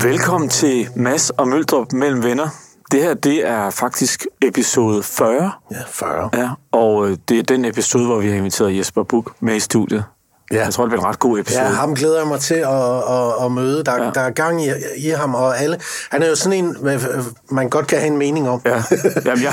Velkommen til Mads og Møldrup mellem venner. Det her, det er faktisk episode 40. Ja, 40. Ja, og det er den episode, hvor vi har inviteret Jesper Buch med i studiet. Ja. Jeg tror, det bliver en ret god episode. Ja, ham glæder jeg mig til at møde. Der er gang i ham, og alle. Han er jo sådan en, man godt kan have en mening om. Ja, jamen,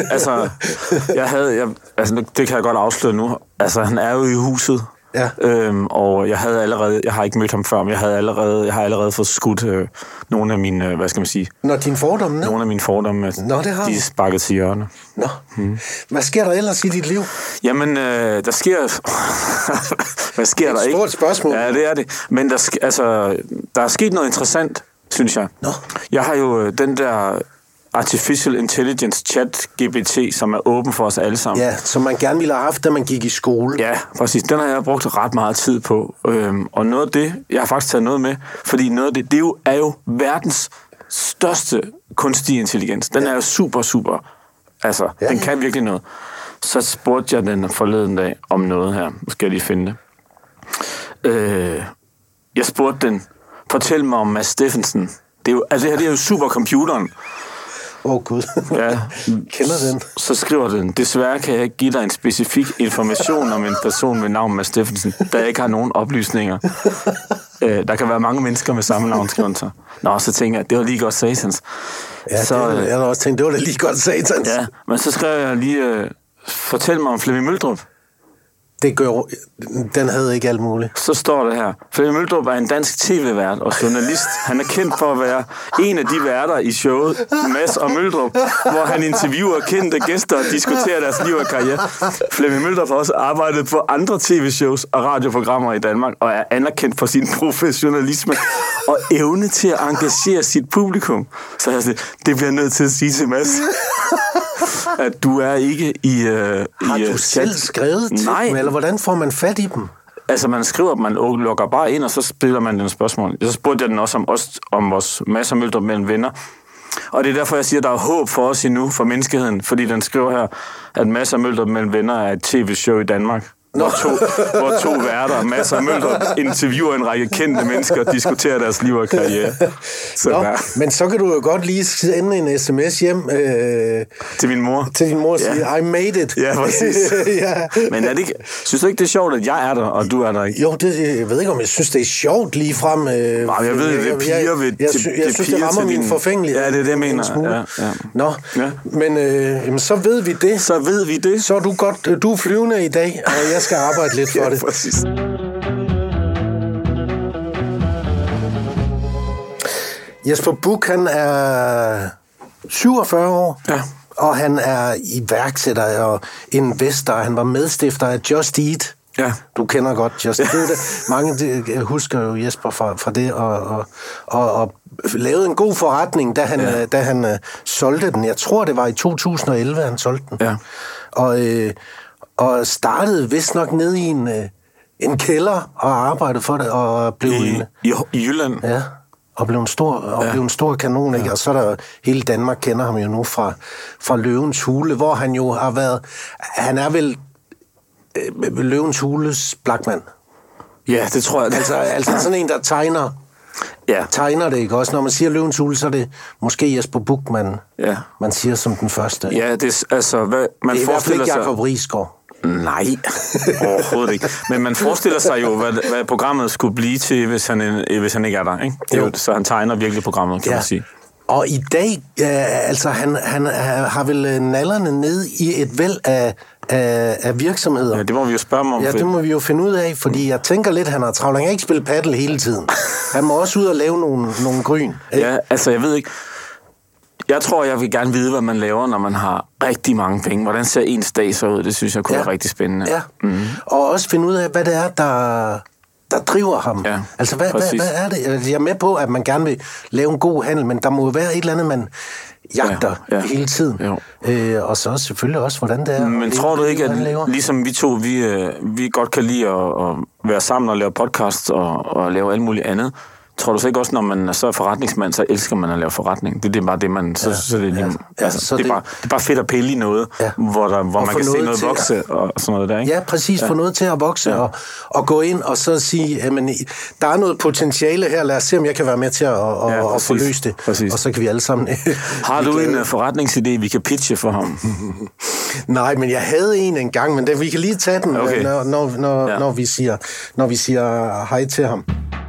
det kan jeg godt afsløre nu. Altså, han er jo i huset. Ja. Og jeg har ikke mødt ham før, men jeg har allerede fået skudt nogle af mine, hvad skal man sige? Dine fordomme? Nogle af mine fordomme, de er sparket til hjørne. Nå. Hvad sker der ellers i dit liv? Jamen, der sker... Hvad sker der ikke? Et stort spørgsmål. Ja, det er det. Men der er sket noget interessant, synes jeg. Nå. Jeg har jo den der Artificial Intelligence ChatGPT, som er åben for os alle sammen. Ja, som man gerne ville have haft, da man gik i skole. Ja, præcis. Den har jeg brugt ret meget tid på. Og noget af det, jeg har faktisk taget noget med, fordi noget af det er jo verdens største kunstige intelligens. Den er jo super, altså, den kan virkelig noget. Så spurgte jeg den forleden dag om noget her. Nu skal jeg lige finde det. Jeg spurgte den, fortæl mig om Mads Steffensen. Det her er jo supercomputeren. Gud. Ja. Kender den. Så skriver den, desværre kan jeg ikke give dig en specifik information om en person med navn Mads Steffensen, da jeg ikke har nogen oplysninger. Der kan være mange mennesker med samme navn, skriver den så. Nå, så tænker jeg, det var lige godt satans. Ja, så, jeg har også tænkt, det var da lige godt satans. Ja, men så skrev jeg lige, fortæl mig om Flemming Møldrup. Den havde ikke alt muligt. Så står det her. Flemming Møldrup er en dansk tv-vært og journalist. Han er kendt for at være en af de værter i showet Mads og Møldrup, hvor han interviewer kendte gæster og diskuterer deres liv og karriere. Flemming Møldrup har også arbejdet på andre tv-shows og radioprogrammer i Danmark og er anerkendt for sin professionalisme og evne til at engagere sit publikum. Så jeg siger, det bliver jeg nødt til at sige til Mads. At du er ikke i... Har du selv skrevet til dem, eller hvordan får man fat i dem? Altså, man skriver, man logger bare ind, og så stiller man den spørgsmål. Så spurgte jeg den også om vores Mads og Møldrup mellem venner. Og det er derfor, jeg siger, at der er håb for os endnu, for menneskeheden. Fordi den skriver her, at Mads og Møldrup mellem venner er et tv-show i Danmark. Hvor to værter, Mads og Møldrup, interviewer en række kendte mennesker og diskuterer deres liv og karriere. Men så kan du jo godt lige sende en sms hjem til min mor. Til din mor og sige, I made it. Ja, præcis. Ja. Men er det ikke, synes du ikke, det er sjovt, at jeg er der, og du er der ikke? Jo, jeg ved ikke, om jeg synes, det er sjovt lige frem. Nej, jeg ved, det er piger ved... Jeg synes, det rammer min forfængelighed. Ja, det er det, jeg mener. Ja. Nå, men jamen, så ved vi det. Så er du er flyvende i dag, og jeg skal arbejde lidt for det. Præcis. Jesper Buch, han er 47 år, og han er iværksætter og investor. Han var medstifter af Just Eat. Ja. Du kender godt Just Eat. Mange husker jo Jesper fra det, og lavede en god forretning, da han solgte den. Jeg tror, det var i 2011, han solgte den. Ja. Og startede vist nok ned i en kælder og arbejdede for det og blev i Jylland. Ja. Og blev en stor kanon, ikke? Og så er der hele Danmark kender ham jo nu fra Løvens Hule, hvor han jo har været. Han er vel Løvens Hules Blachman. Ja, det tror jeg. Altså sådan en, der tegner det, ikke også? Når man siger Løvens Hule, så er det måske Jesper Buch, man siger som den første. Ja, det er altså... man det er i hvert fald ikke Jacob Riisgaard. Nej, overhovedet ikke. Men man forestiller sig jo, hvad programmet skulle blive til, hvis han ikke er der, ikke? Så han tegner virkelig programmet, kan man sige. Og i dag, han har vel nallerne ned i et væld af virksomheder. Ja, det må vi jo spørge mig om. Ja, det må vi jo finde ud af, fordi jeg tænker lidt, han har travlt. Han kan ikke spille paddle hele tiden. Han må også ud og lave nogle gryn. Ja, altså jeg ved ikke. Jeg tror, jeg vil gerne vide, hvad man laver, når man har rigtig mange penge. Hvordan ser ens dag så ud? Det synes jeg kunne være rigtig spændende. Ja, og også finde ud af, hvad det er, der driver ham. Ja, altså, hvad er det? Jeg er med på, at man gerne vil lave en god handel, men der må jo være et eller andet, man jagter hele tiden. Og så selvfølgelig også, hvordan det er. Men tror du ikke, at ligesom vi to, vi godt kan lide at være sammen og lave podcast og lave alt muligt andet, Tror du så ikke også, når man så er forretningsmand, så elsker man at lave forretning? Det er bare det, man... Så det, så det er bare fedt at pille i noget, hvor man kan se noget vokse og sådan noget der, ikke? Ja, præcis. Få noget til at vokse og gå ind og så sige, jamen, der er noget potentiale her, lad os se, om jeg kan være med til at få løst det. Præcis. Og så kan vi alle sammen... Har du en forretningsidé, vi kan pitche for ham? Nej, men jeg havde en gang, men vi kan lige tage den, når vi siger hej til ham.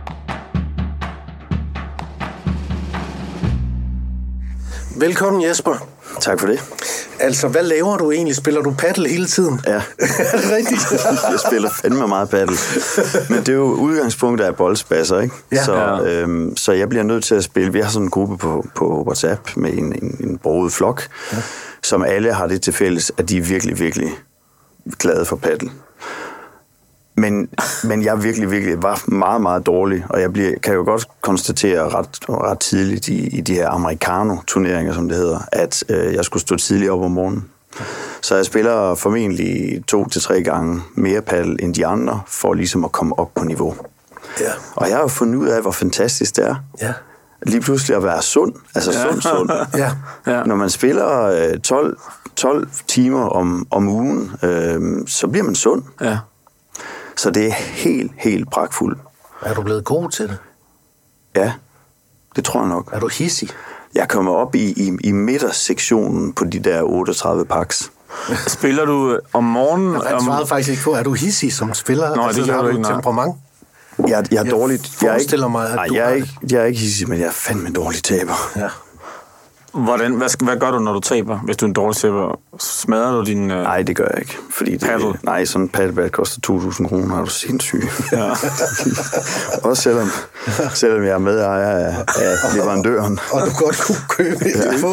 Velkommen, Jesper. Tak for det. Altså, hvad laver du egentlig? Spiller du paddle hele tiden? Ja. Er det rigtigt? Jeg spiller fandme meget paddle. Men det er jo udgangspunktet af boldspasser, ikke? Ja. Så jeg bliver nødt til at spille. Vi har sådan en gruppe på WhatsApp med en broget flok, som alle har det til fælles, at de er virkelig, virkelig glade for paddle. Men jeg virkelig var meget, meget dårlig, og kan jo godt konstatere ret tidligt i de her americano-turneringer, som det hedder, at jeg skulle stå tidligt op om morgenen. Så jeg spiller formentlig 2 til 3 gange mere paddle end de andre, for ligesom at komme op på niveau. Ja. Og jeg har jo fundet ud af, hvor fantastisk det er. Ja. Lige pludselig at være sund, altså sund. Ja. Ja. Når man spiller 12 timer om ugen, så bliver man sund. Ja. Så det er helt pragtfuldt. Er du blevet god til det? Ja, det tror jeg nok. Er du hissig? Jeg kommer op i midtersektionen på de der 38 paks. Spiller du om morgenen? Jeg svarede faktisk ikke på, er du hissig som spiller? Nå, altså, det har du ikke temperament? Jeg er dårligt. Jeg er ikke hissig, men jeg er fandme dårlig taber. Ja. Hvad gør du, når du taber, hvis du er en dårlig taber? Smadrer du din... Nej, det gør jeg ikke. Fordi sådan en paddlebat koster 2.000 kroner, er du sindssyg. Ja. Også selvom jeg er medejer af leverandøren. Og du godt kunne købe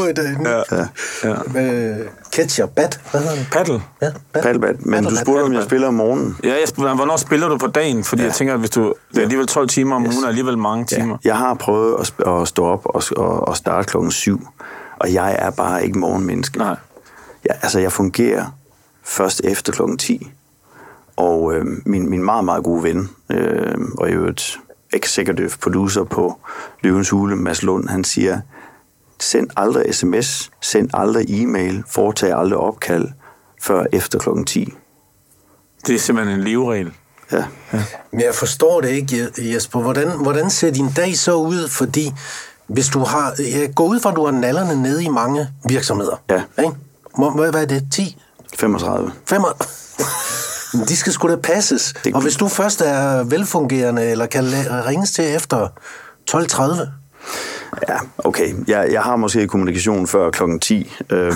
ketchup-bat. Hvad hedder det? Paddle. Ja, paddlebat. Men du spurgte, om jeg spiller om morgenen. Ja, hvornår spiller du på dagen? Fordi jeg tænker, at hvis du... Det er alligevel 12 timer om ugen, er alligevel mange timer. Jeg har prøvet at stå op og starte klokken 7. Og jeg er bare ikke morgenmenneske. Nej. Jeg fungerer først efter klokken 10. Og min meget, meget gode ven, og i øvrigt executive producer på Løvens Hule, Mads Lund, han siger, send aldrig sms, send aldrig e-mail, foretag aldrig opkald før efter klokken 10. Det er simpelthen en livregel. Ja. Men jeg forstår det ikke, Jesper. Hvordan ser din dag så ud? Fordi hvis du har... Jeg går ud fra, at du har nallerne nede i mange virksomheder. Ja. Ikke? Hvad er det? 10? 35. De skal sgu da passes. Og hvis du først er velfungerende, eller kan ringes til efter 12:30... Ja, okay. Jeg har måske kommunikation før klokken 10,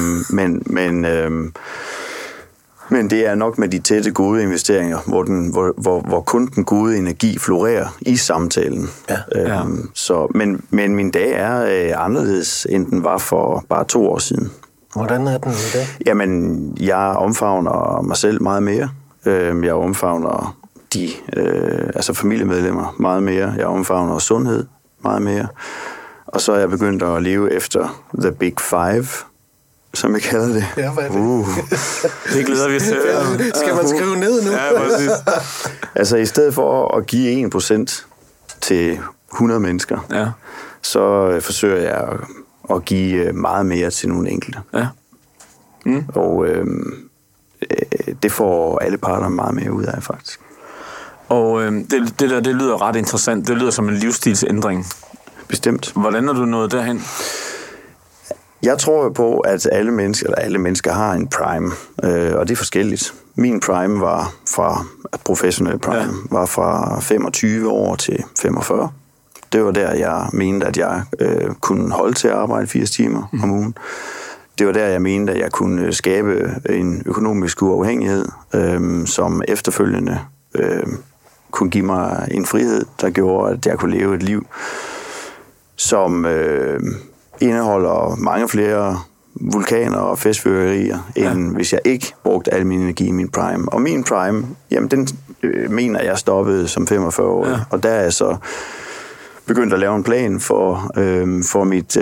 men det er nok med de tætte gode investeringer, hvor kun den gode energi florerer i samtalen. Ja. Men min dag er anderledes, end den var for bare 2 år siden. Hvordan er den i dag? Jamen, jeg omfavner mig selv meget mere. Jeg omfavner familiemedlemmer meget mere. Jeg omfavner sundhed meget mere. Og så er jeg begyndt at leve efter The Big Five, som jeg kalder det. Ja, hvad er det? Det glæder vi til. Skal man skrive ned nu? Ja, præcis. Altså, i stedet for at give 1% til 100 mennesker, så forsøger jeg at give meget mere til nogle enkelte. Ja. Mm. Og det får alle parter meget mere ud af, faktisk. Og det lyder ret interessant. Det lyder som en livsstilsændring. Bestemt. Hvordan er du nået derhen? Jeg tror på, at alle mennesker har en prime, og det er forskelligt. Min prime var professionel prime, var fra 25 år til 45. Det var der, jeg mente, at jeg kunne holde til at arbejde 80 timer om ugen. Det var der, jeg mente, at jeg kunne skabe en økonomisk uafhængighed, som efterfølgende kunne give mig en frihed, der gjorde, at jeg kunne leve et liv, som indeholder mange flere vulkaner og festfyrværkerier, end hvis jeg ikke brugte al min energi i min prime. Og min prime, jamen den mener jeg stoppede som 45 år, og der er jeg så begyndt at lave en plan for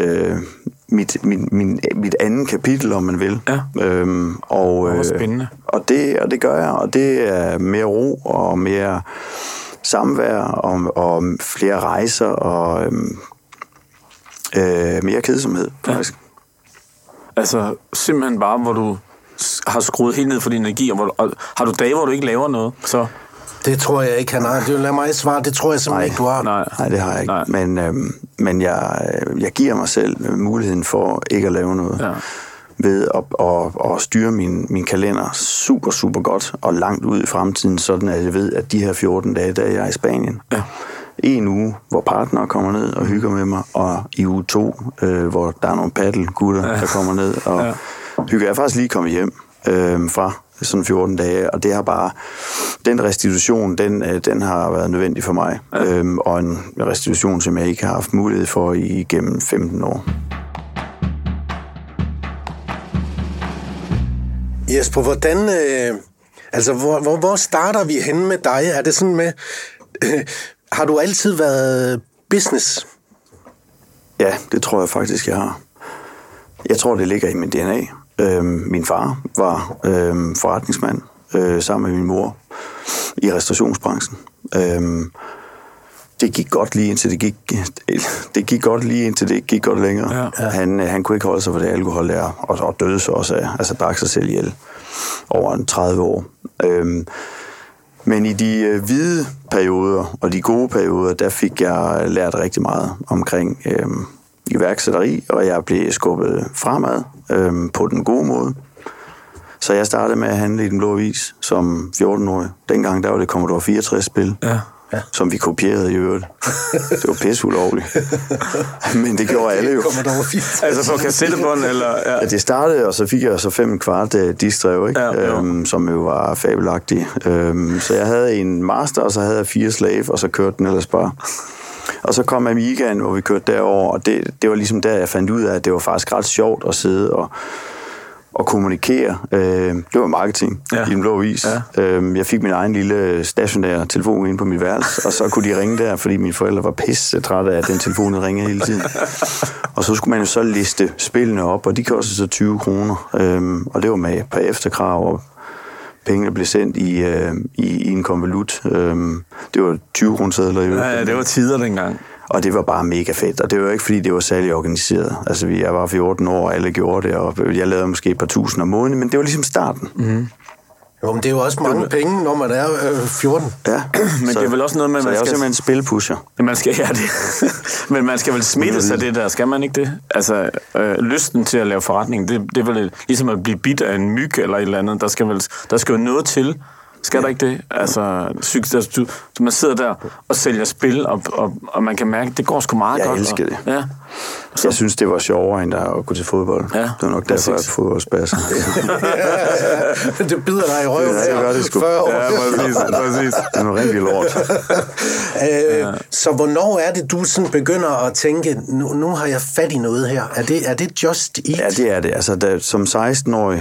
mit andet kapitel, om man vil. Ja. Hvor spændende. Og det gør jeg, og det er mere ro og mere samvær og flere rejser og mere kedsomhed, faktisk. Altså, simpelthen bare, hvor du har skruet helt ned for din energi, og har du dage, hvor du ikke laver noget, så... Det tror jeg ikke, han har. Det vil lade mig svare. Det tror jeg simpelthen ikke, du har. Nej, det har jeg ikke. Men jeg giver mig selv muligheden for ikke at lave noget. Ved at styre min kalender super, super godt og langt ud i fremtiden, sådan at jeg ved, at de her 14 dage, der jeg er i Spanien, en uge, hvor partner kommer ned og hygger med mig, og i uge 2, hvor der er nogle paddelgutter, der kommer ned og hygger. Jeg er faktisk lige kommet hjem fra sådan 14 dage, og det har bare, den restitution, den har været nødvendig for mig, og en restitution, som jeg ikke har haft mulighed for igennem 15 år. Jesper, hvordan, hvor starter vi henne med dig? Er det sådan med, har du altid været business? Ja, det tror jeg faktisk, jeg har. Jeg tror, det ligger i min DNA. Min far var forretningsmand sammen med min mor i restaurationsbranchen. Det gik godt lige indtil det gik godt lige indtil det ikke gik godt længere. Ja. Han kunne ikke holde sig for det alkohol der, og døde så også af, altså drak sig selv ihjel over 30 år. Men i de hvide perioder og de gode perioder, der fik jeg lært rigtig meget omkring iværksætteri, og jeg blev skubbet fremad på den gode måde. Så jeg startede med at handle i Den Blå Avis som 14-årig. Dengang der var det Commodore 64-spil. Ja. Som vi kopierede i øvrigt. Det var pisse ulovligt. Men det gjorde alle jo. Altså på kassettebånd, eller? Ja, det startede, og så fik jeg så 5/4 diskdrev, ikke? Som jo var fabelagtige. Så jeg havde en master, og så havde jeg 4 slave, og så kørte den ellers bare. Og så kom Amigaen, hvor vi kørte derover, og det var ligesom der, jeg fandt ud af, at det var faktisk ret sjovt at sidde og kommunikere. Det var marketing i Den Blå Avis. Ja. Jeg fik min egen lille stationære telefon inde på mit værelse, og så kunne de ringe der, fordi mine forældre var pisse trætte af, at den telefon ringede hele tiden. Og så skulle man jo så liste spillene op, og de kostede så 20 kroner. Og det var med på efterkrav, og pengene blev sendt i en konvolut. Det var 20 kronesedler i øvrigt. Ja, det var tider dengang. Og det var bare mega fedt, og det var ikke fordi, det var særlig organiseret. Altså, jeg var 14 år, og alle gjorde det, og jeg lavede måske et par tusind om måneden, men det var ligesom starten. Mm-hmm. Jo, men det er jo også mange penge, når man er 14. Ja, men det er vel også noget med, at man skal... Så jeg er simpelthen en spilpusher. Man skal, ja, det. Men man skal vel smittes af det der, skal man ikke det? Altså, lysten til at lave forretning, det er vel ligesom at blive bidt af en myg eller et eller andet. Der skal jo noget til. Skal der ikke det? Altså, man sidder der og sælger spil, og man kan mærke, at det går sgu meget godt. Jeg elsker det. Ja. Så. Jeg synes, det var sjovere, end at gå til fodbold. Ja. Det var nok derfor, jeg fodboldspasser. Det bider dig i røven. Ja, det gør det sgu. 40 år. Ja, præcis. Det er noget rigtig lort. Så hvornår er det, du sådan begynder at tænke, nu har jeg fat i noget her? Er det Just Eat? Ja, det er det. Altså, som 16-årig...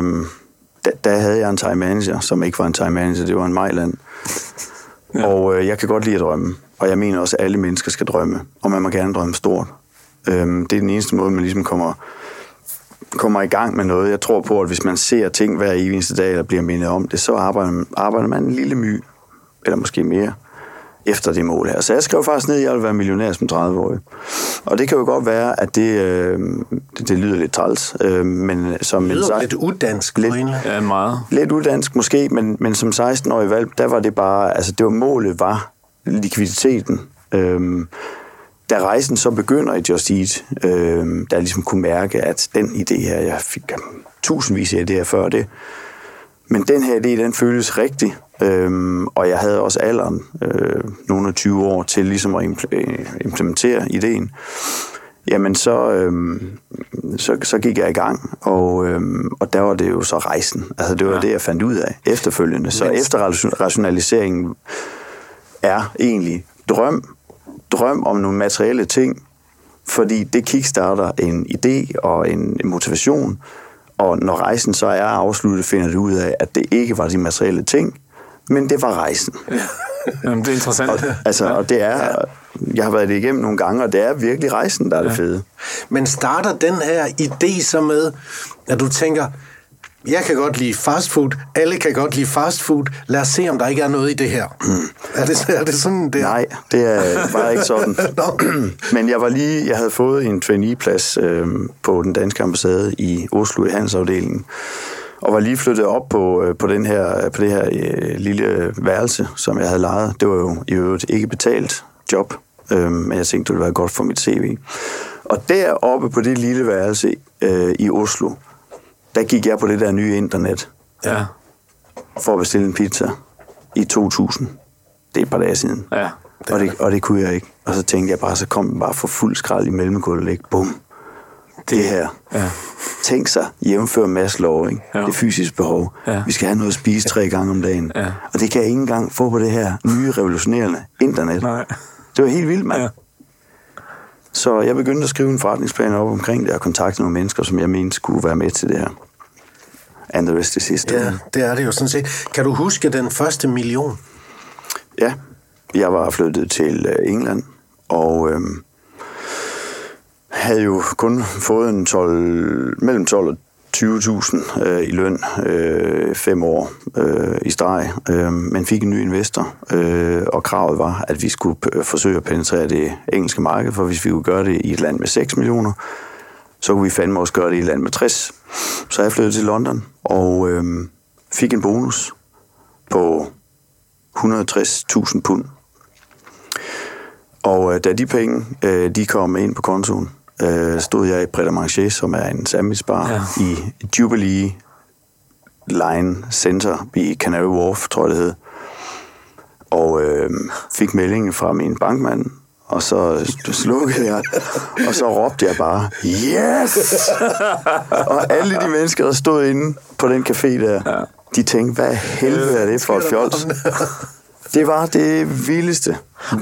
Der havde jeg en time manager, som ikke var en time manager, det var en Mejland. Ja. Og jeg kan godt lide at drømme. Og jeg mener også, at alle mennesker skal drømme. Og man må gerne drømme stort. Det er den eneste måde, man ligesom kommer i gang med noget. Jeg tror på, at hvis man ser ting hver eneste dag, eller bliver mindet om det, så arbejder man en lille my, eller måske mere, efter det mål her. Så jeg skrev faktisk ned, at jeg ville være millionær som 30-årig. Og det kan jo godt være, at det lyder lidt træls. Men som det lyder lidt uddansk. Ja, meget. Lidt uddansk måske, men som 16-årig valg, der var det bare, altså det var målet var likviditeten. Da rejsen så begynder i Just Eat, der jeg ligesom kunne mærke, at den idé her, jeg fik tusindvis af idéer før det, men den her idé, den føles rigtig, og jeg havde også alderen, nogle af 20 år, til ligesom at implementere ideen. Jamen, så gik jeg i gang, og der var det jo så rejsen. Altså, det var det, jeg fandt ud af efterfølgende. Så efterrationaliseringen er egentlig drøm om nogle materielle ting, fordi det kickstarter en idé og en motivation, og når rejsen så er afsluttet, finder du ud af, at det ikke var de materielle ting, men det var rejsen. Ja. Jamen, det er interessant. Og det er, jeg har været det igennem nogle gange, og det er virkelig rejsen, der er det fede. Men starter den her idé så med, at du tænker, Jeg kan godt lide fast food. Alle kan godt lide fast food. Lad os se, om der ikke er noget i det her. Er det sådan, det er? Nej, det er bare ikke sådan. Men jeg havde fået en trainee-plads på den danske ambassade i Oslo i handelsafdelingen, og var lige flyttet op på det her lille værelse, som jeg havde lejet. Det var jo i øvrigt ikke betalt job, men jeg tænkte, det ville være godt for mit CV. Og deroppe på det lille værelse i Oslo, der gik jeg på det der nye internet for at bestille en pizza i 2000. Det er et par dage siden. Ja. Og det kunne jeg ikke. Og så tænkte jeg bare, så kom den bare for fuld skrald i mellemgulvet, ikke? Bum. Det her. Ja. Tænk sig, jævnfør Maslow, ikke? Ja. Det fysiske behov. Ja. Vi skal have noget at spise 3 gange om dagen. Ja. Og det kan jeg ikke engang få på det her nye revolutionerende internet. Nej. Det var helt vildt, mand. Ja. Så jeg begyndte at skrive en forretningsplan op omkring det og kontakte nogle mennesker, som jeg mente skulle være med til det her. And the rest is history. Ja, det er det jo sådan set. Kan du huske den første million? Ja, jeg var flyttet til England, og havde jo kun fået mellem 12 og 20.000 i løn 5 år i streg, men fik en ny investor, og kravet var, at vi skulle forsøge at penetrere det engelske marked, for hvis vi kunne gøre det i et land med 6 millioner, så kunne vi fandme også gøre det i et land med 60. Så jeg flyttede til London og fik en bonus på 160.000 pund. Og da de penge de kom ind på kontoen, stod jeg i Pret a Manger, som er en sandwichbar i Jubilee Line Center i Canary Wharf, tror jeg det hed. Og fik meldingen fra min bankmand, og så slukkede jeg, og så råbte jeg bare, yes! Og alle de mennesker, der stod inde på den café der, de tænkte, hvad helvede er det for et fjols? Det var det vildeste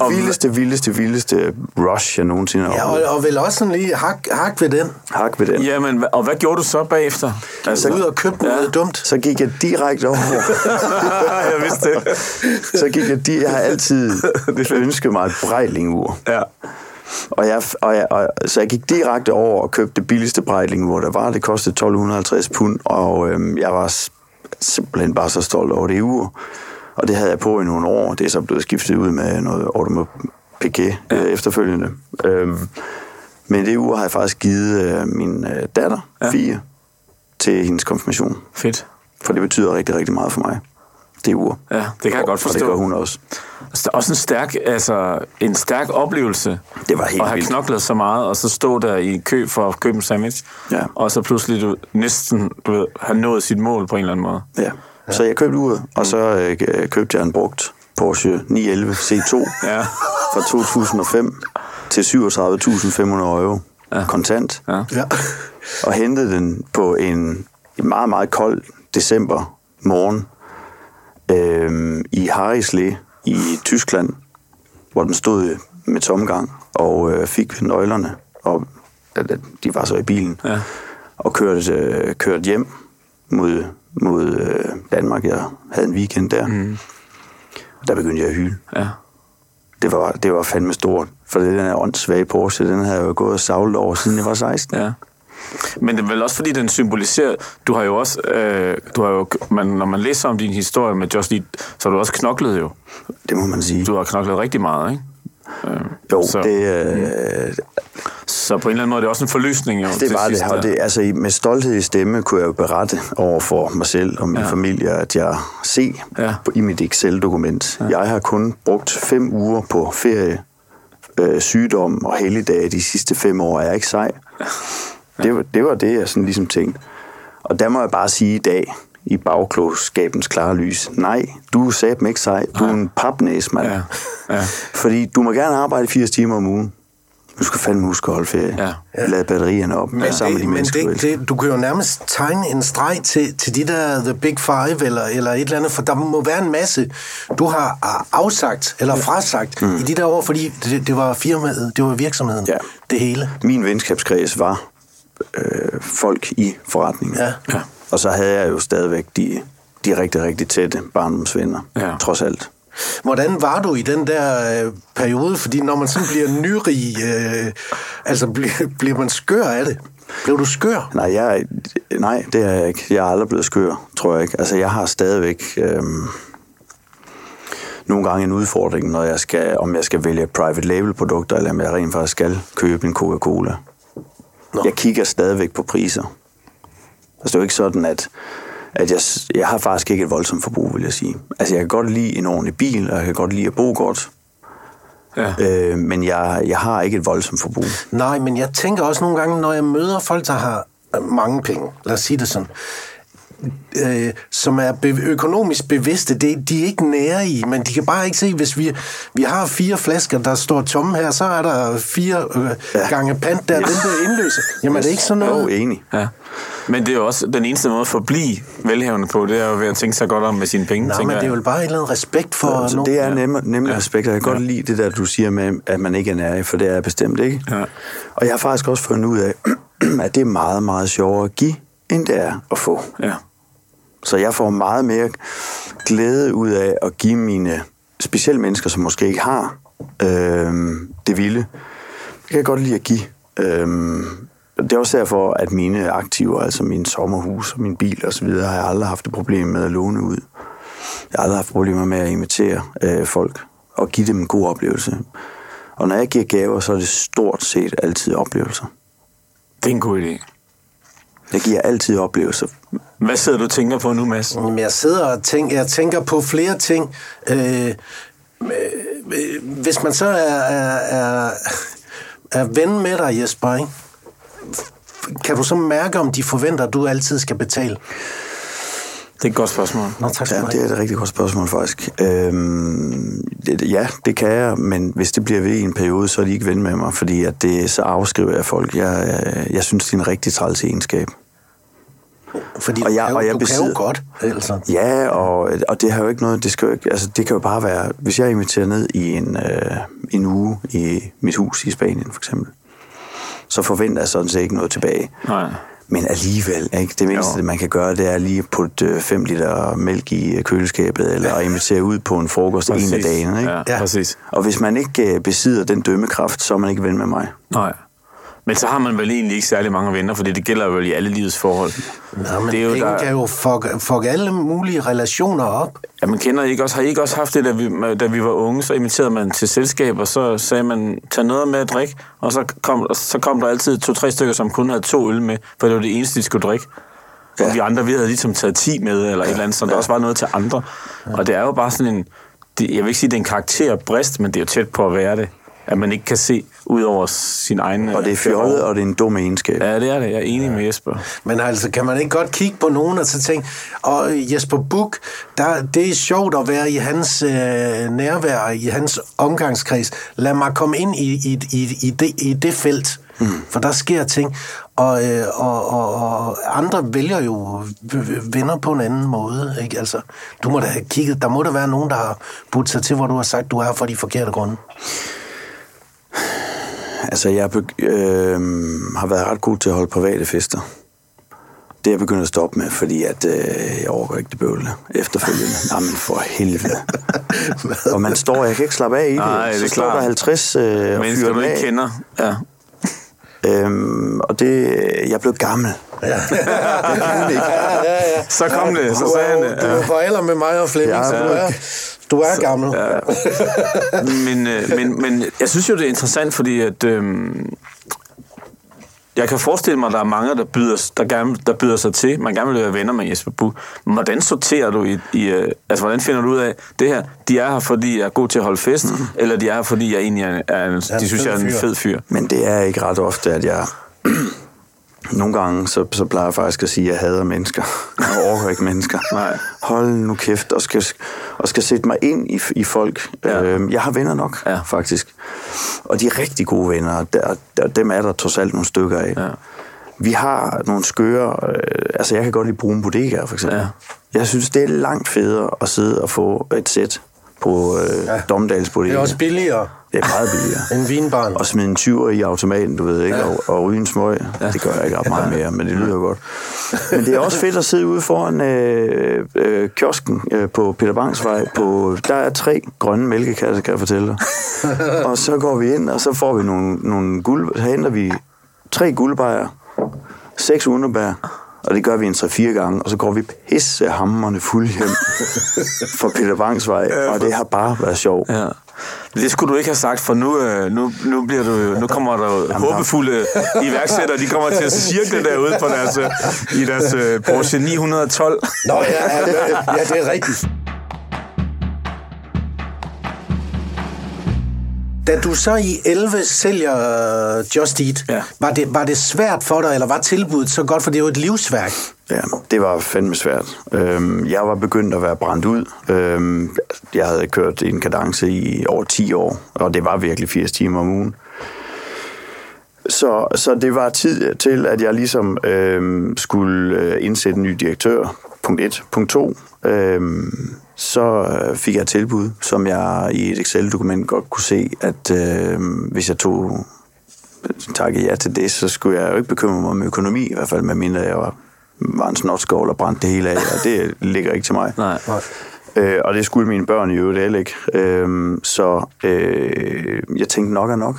rush, jeg nogensinde har oplevet. Ja, og vel også sådan lige hak ved den. Hak ved den. Jamen, og hvad gjorde du så bagefter? Altså, ud og købte noget dumt. Så gik jeg direkte over. Jeg vidste det. Så gik jeg har altid ønsket mig et Breitling-ur. Ja. Så jeg gik direkte over og købte det billigste Breitling-ur, der var. Det kostede 1250 pund, og jeg var simpelthen bare så stolt over det ur. Og det havde jeg på i nogle år. Det er så blevet skiftet ud med noget Audemars Piguet efterfølgende. Men det ur har jeg faktisk givet min datter, Fie, til hendes konfirmation. Fedt. For det betyder rigtig, rigtig meget for mig. Det ur. Ja, det kan jeg godt forstå. Og det gør hun også. Altså, også en stærk oplevelse. Det var helt at have knoklet så meget, og så stå der i kø for at købe en sandwich. Ja. Og så pludselig næsten have nået sit mål på en eller anden måde. Ja. Så jeg købte uret, og så købte jeg en brugt Porsche 911 C2 fra 2005 til 37.500 euro kontant. Ja. Og hentede den på en meget, meget kold december morgen i Harrislee i Tyskland, hvor den stod med tomgang og fik nøglerne, og de var så i bilen, og kørte hjem mod Danmark. Jeg havde en weekend der. Og der begyndte jeg at hyle. Ja. Det var fandme stort. For den her åndssvage Porsche, den havde jeg jo gået og savlet over, siden jeg var 16. Ja. Men det er vel også, fordi den symboliserer... Du har jo også... når man læser om din historie med Just Eat, så har du også knoklet jo. Det må man sige. Du har knoklet rigtig meget, ikke? Jo, så på en eller anden måde er det også en forløsning. Jo, det var det, og altså med stolthed i stemme kunne jeg jo berette over for mig selv og min familie, at jeg i mit Excel-dokument. Ja. Jeg har kun brugt 5 uger på ferie, sygdom og helligdage de sidste 5 år. Er jeg ikke sej? Ja. Det var det, jeg sådan ligesom tænkte. Og der må jeg bare sige i dag, i bagklogskabens klare lys, nej, du er satme ikke sej, du er en papnæs, mand. Ja. Fordi du må gerne arbejde 80 timer om ugen. Du skal fandme huske at holde ferie. Ja. Lade batterierne op sammen med de mennesker. Du kan jo nærmest tegne en streg til de der The Big Five eller et eller andet, for der må være en masse, du har afsagt eller frasagt i de der år, fordi det var firmaet, det var virksomheden, det hele. Min venskabskreds var folk i forretningen. Ja. Og så havde jeg jo stadigvæk de rigtig, rigtig tætte barndomsvenner, trods alt. Hvordan var du i den der periode? Fordi når man sådan bliver nyrig, bliver man skør af det. Blev du skør? Nej, det er jeg ikke. Jeg er aldrig blevet skør, tror jeg ikke. Altså, jeg har stadigvæk nogle gange en udfordring, når om jeg skal vælge private label produkter, eller om jeg rent faktisk skal købe en Coca-Cola. Jeg kigger stadigvæk på priser. Altså, det er jo ikke sådan, at jeg har faktisk ikke et voldsomt forbrug, vil jeg sige. Altså, jeg kan godt lide en ordentlig bil, og jeg kan godt lide at bo godt. Ja. Men jeg har ikke et voldsomt forbrug. Nej, men jeg tænker også nogle gange, når jeg møder folk, der har mange penge, lad os sige det sådan, som er økonomisk bevidste, de er ikke nære i, men de kan bare ikke se, hvis vi har 4 flasker, der står tomme her, så er der 4 gange pant der, den der indløse. Jamen, er det ikke sådan noget? Jo, enig. Ja. Men det er jo også den eneste måde at forblive velhavende på, det er jo ved at tænke sig godt om med sine penge. Nej, men det er jo bare et eller andet respekt for nogen. Det er nemlig respekt, og jeg kan godt lide det der, du siger med, at man ikke er nær, for det er jeg bestemt ikke. Ja. Og jeg har faktisk også fundet ud af, at det er meget, meget sjovere at give, end det er at få. Ja. Så jeg får meget mere glæde ud af at give mine specielle mennesker, som måske ikke har det vilde. Det kan jeg godt lide at give. Det er også derfor, at mine aktiver, altså min sommerhus og min bil og så videre, har jeg aldrig haft et problem med at låne ud. Jeg har aldrig haft problemer med at invitere folk og give dem en god oplevelse. Og når jeg giver gaver, så er det stort set altid oplevelser. Det er en god idé. Jeg giver altid oplevelser. Hvad sidder du og tænker på nu, Mads? Jeg sidder og tænker på flere ting. Hvis man så er ven med dig, Jesper, ikke? Kan du så mærke, om de forventer, at du altid skal betale? Det er et godt spørgsmål. Nå, tak skal du have. Det er et rigtig godt spørgsmål, faktisk. Ja, det kan jeg, men hvis det bliver ved i en periode, så er de ikke ven med mig, fordi at så afskriver jeg folk. Jeg synes, det er en rigtig træls egenskab. Fordi du kan jo godt, altså. Ja, og det har jo ikke noget, det kan jo bare være, hvis jeg inviterer ned i en uge i mit hus i Spanien, for eksempel, så forventer jeg sådan set ikke noget tilbage. Nej. Men alligevel, ikke? Det mindste, man kan gøre, det er lige at putte 5 liter mælk i køleskabet, eller invitere ud på en frokost en af dagen. Ikke? Ja, præcis. Og hvis man ikke besidder den dømmekraft, så er man ikke ven med mig. Nej. Men så har man vel egentlig ikke særlig mange venner, fordi det gælder jo i alle livets forhold. Nå, men det er kan jo fuck alle mulige relationer op. Ja, man kender ikke også. Har I ikke også haft det, da vi var unge, så inviterede man til selskab, og så sagde man, tag noget med at drikke, og så kom der altid 2-3 stykker, som kun havde 2 øl med, for det var det eneste, de skulle drikke. Ja. Og vi andre, vi havde ligesom taget 10 med, eller et eller andet, så der også var noget til andre. Ja. Og det er jo bare sådan en, jeg vil ikke sige, det er en karakterbrist, men det er jo tæt på at være det. At man ikke kan se ud over sin egen... Og det er fjollet, og det er en dum egenskab. Ja, det er det. Jeg er enig med Jesper. Men altså, kan man ikke godt kigge på nogen og så tænke, Jesper Buch, det er sjovt at være i hans nærvær, i hans omgangskreds. Lad mig komme ind i det felt, for der sker ting. Og andre vælger jo venner på en anden måde, ikke? Altså, du må da have kigget, der må der være nogen, der har budt sig til, hvor du har sagt, du er for de forkerte grunde. Altså, jeg har været ret god til at holde private fester. Det er jeg begyndt at stoppe med, fordi at, jeg overgår ikke det bøvle efterfølgende. Nej, men for helvede. Og man står, jeg kan ikke slappe af i det. Nej, så står der 50 mennesker, du ikke kender. Ja. Og jeg blev gammel. Ja. Så kom det, så sagde han det. Du er forældre med mig og Flemming, så du er gammel. Ja. Men jeg synes jo, det er interessant, fordi at jeg kan forestille mig, at der er mange, der byder sig til. Man gerne vil være venner med Jesper Buch. Men hvordan sorterer du altså hvordan finder du ud af det her? De er her, fordi jeg er god til at holde fest, eller de er her, fordi jeg egentlig de synes, jeg er en fed fyr? Men det er ikke ret ofte, at jeg... Nogle gange, så plejer jeg faktisk at sige, at jeg hader mennesker. Jeg overgår ikke mennesker. Nej. Hold nu kæft, og skal sætte mig ind i folk. Ja. Jeg har venner nok, faktisk. Og de er rigtig gode venner, og dem er der trods alt nogle stykker af. Ja. Vi har nogle skøre... altså, jeg kan godt lide brune bodegaer, for eksempel. Ja. Jeg synes, det er langt federe at sidde og få et sæt på Domdals bodega. Det er også billigere. Det er meget billigere. En vinbarn. Og smide en 20'er i automaten, du ved ikke, og ryge en smøg. Ja. Det gør jeg ikke ret meget mere, men det lyder godt. Men det er også fedt at sidde ude foran kiosken på Peter Bangs Vej. Der er 3 grønne mælkekasser, kan jeg fortælle dig. Og så går vi ind, og så får vi nogle guld. Så henter vi 3 guldbajer 6 underbær. Og det gør vi en 3-4 gange, og så går vi pissehamrende fuld hjem fra Peter Bangs Vej, og det har bare været sjovt. Ja. Det skulle du ikke have sagt, for nu kommer der håbefulde iværksættere, de kommer til at cirkle derude på i deres Porsche 912. Nå ja, det er rigtigt. Da du så i 11 sælger Just Eat, var det svært for dig, eller var tilbuddet så godt, for det er jo et livsværk? Ja, det var fandme svært. Jeg var begyndt at være brændt ud. Jeg havde kørt en kadence i over 10 år, og det var virkelig 80 timer om ugen. Så det var tid til, at jeg ligesom skulle indsætte en ny direktør. Punkt 1. Punkt 2. Så fik jeg et tilbud, som jeg i et Excel-dokument godt kunne se, at hvis jeg takkede ja til det, så skulle jeg jo ikke bekymre mig om økonomi, i hvert fald med mindre jeg var en snotskål og brændte det hele af, og det ligger ikke til mig. Nej. Og det skulle mine børn i øvrigt heller ikke. Så jeg tænkte nok er nok.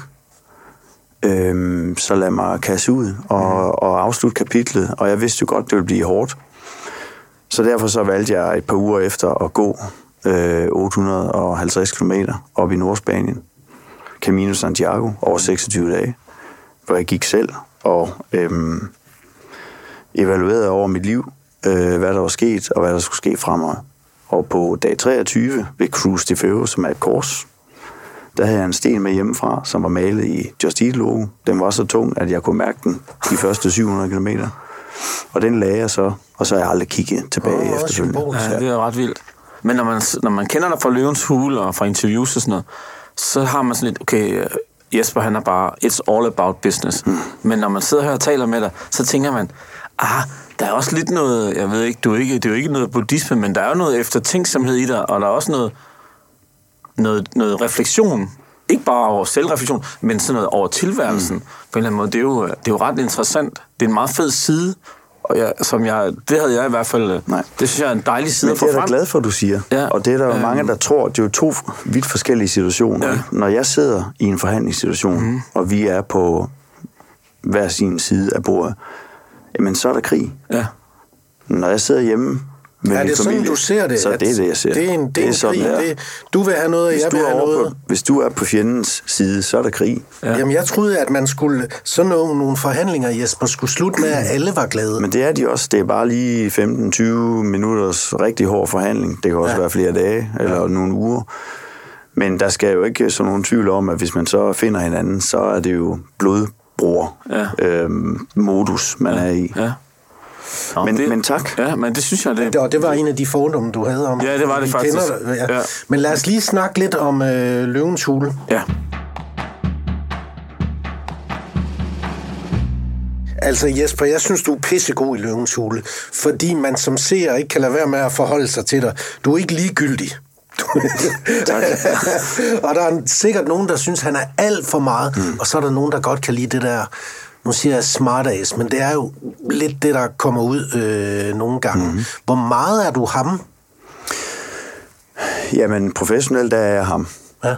Så lad mig kasse ud og afslutte kapitlet, og jeg vidste jo godt, det ville blive hårdt. Så derfor så valgte jeg et par uger efter at gå 850 kilometer op i Nordspanien, Camino Santiago, over 26 dage, hvor jeg gik selv og evaluerede over mit liv, hvad der var sket og hvad der skulle ske fremover. Og på dag 23 ved Cruz de Feo, som er et kors, der havde jeg en sten med hjemmefra, som var malet i Just Eat-logo. Den var så tung, at jeg kunne mærke den de første 700 kilometer. Og den lagde jeg så, og så har jeg aldrig kigget tilbage efterfølgende. Ja, det er ret vildt. Men når man kender dig fra Løvens Hule og fra interviews og sådan noget, så har man sådan lidt, okay, Jesper han er bare, it's all about business. Men når man sidder her og taler med dig, så tænker man, der er også lidt noget, jeg ved ikke, det er jo ikke noget buddhisme, men der er jo noget eftertænksomhed i dig, og der er også noget refleksion. Ikke bare over selvreflektion, men sådan noget over tilværelsen. På en eller anden måde, det er jo ret interessant. Det er en meget fed side, og det havde jeg i hvert fald. Det synes jeg er en dejlig side at få frem. Men det er jeg glad for, at du siger. Ja. Og det er der jo mange, der tror, det er jo 2 vidt forskellige situationer. Ja. Når jeg sidder i en forhandlingssituation, og vi er på hver sin side af bordet, jamen så er der krig. Ja. Når jeg sidder hjemme med det er familie, sådan, du ser det. Så det er det, jeg ser. Det er en krig. Du vil have noget, og jeg vil have noget. Hvis du er på fjendens side, så er der krig. Ja. Jamen, jeg troede, at man skulle sådan nogle forhandlinger, Jesper, skulle slutte med, at alle var glade. Men det er de også. Det er bare lige 15-20 minutters rigtig hård forhandling. Det kan også være flere dage eller nogle uger. Men der skal jo ikke sådan nogen tvivl om, at hvis man så finder hinanden, så er det jo blodbror-modus, man er i. Ja. Men tak. Ja, men det synes jeg, det var en af de fordomme, du havde om. Ja, det var det faktisk. Ja. Men lad os lige snakke lidt om Løvens Hule. Ja. Altså Jesper, jeg synes, du er pissegod i Løvens Hule, fordi man som seer ikke kan lade være med at forholde sig til dig. Du er ikke ligegyldig. Og der er sikkert nogen, der synes, han er alt for meget, og så er der nogen, der godt kan lide det der. Nu siger jeg smartass, men det er jo lidt det, der kommer ud nogle gange. Hvor meget er du ham? Jamen, professionelt der er jeg ham. Ja.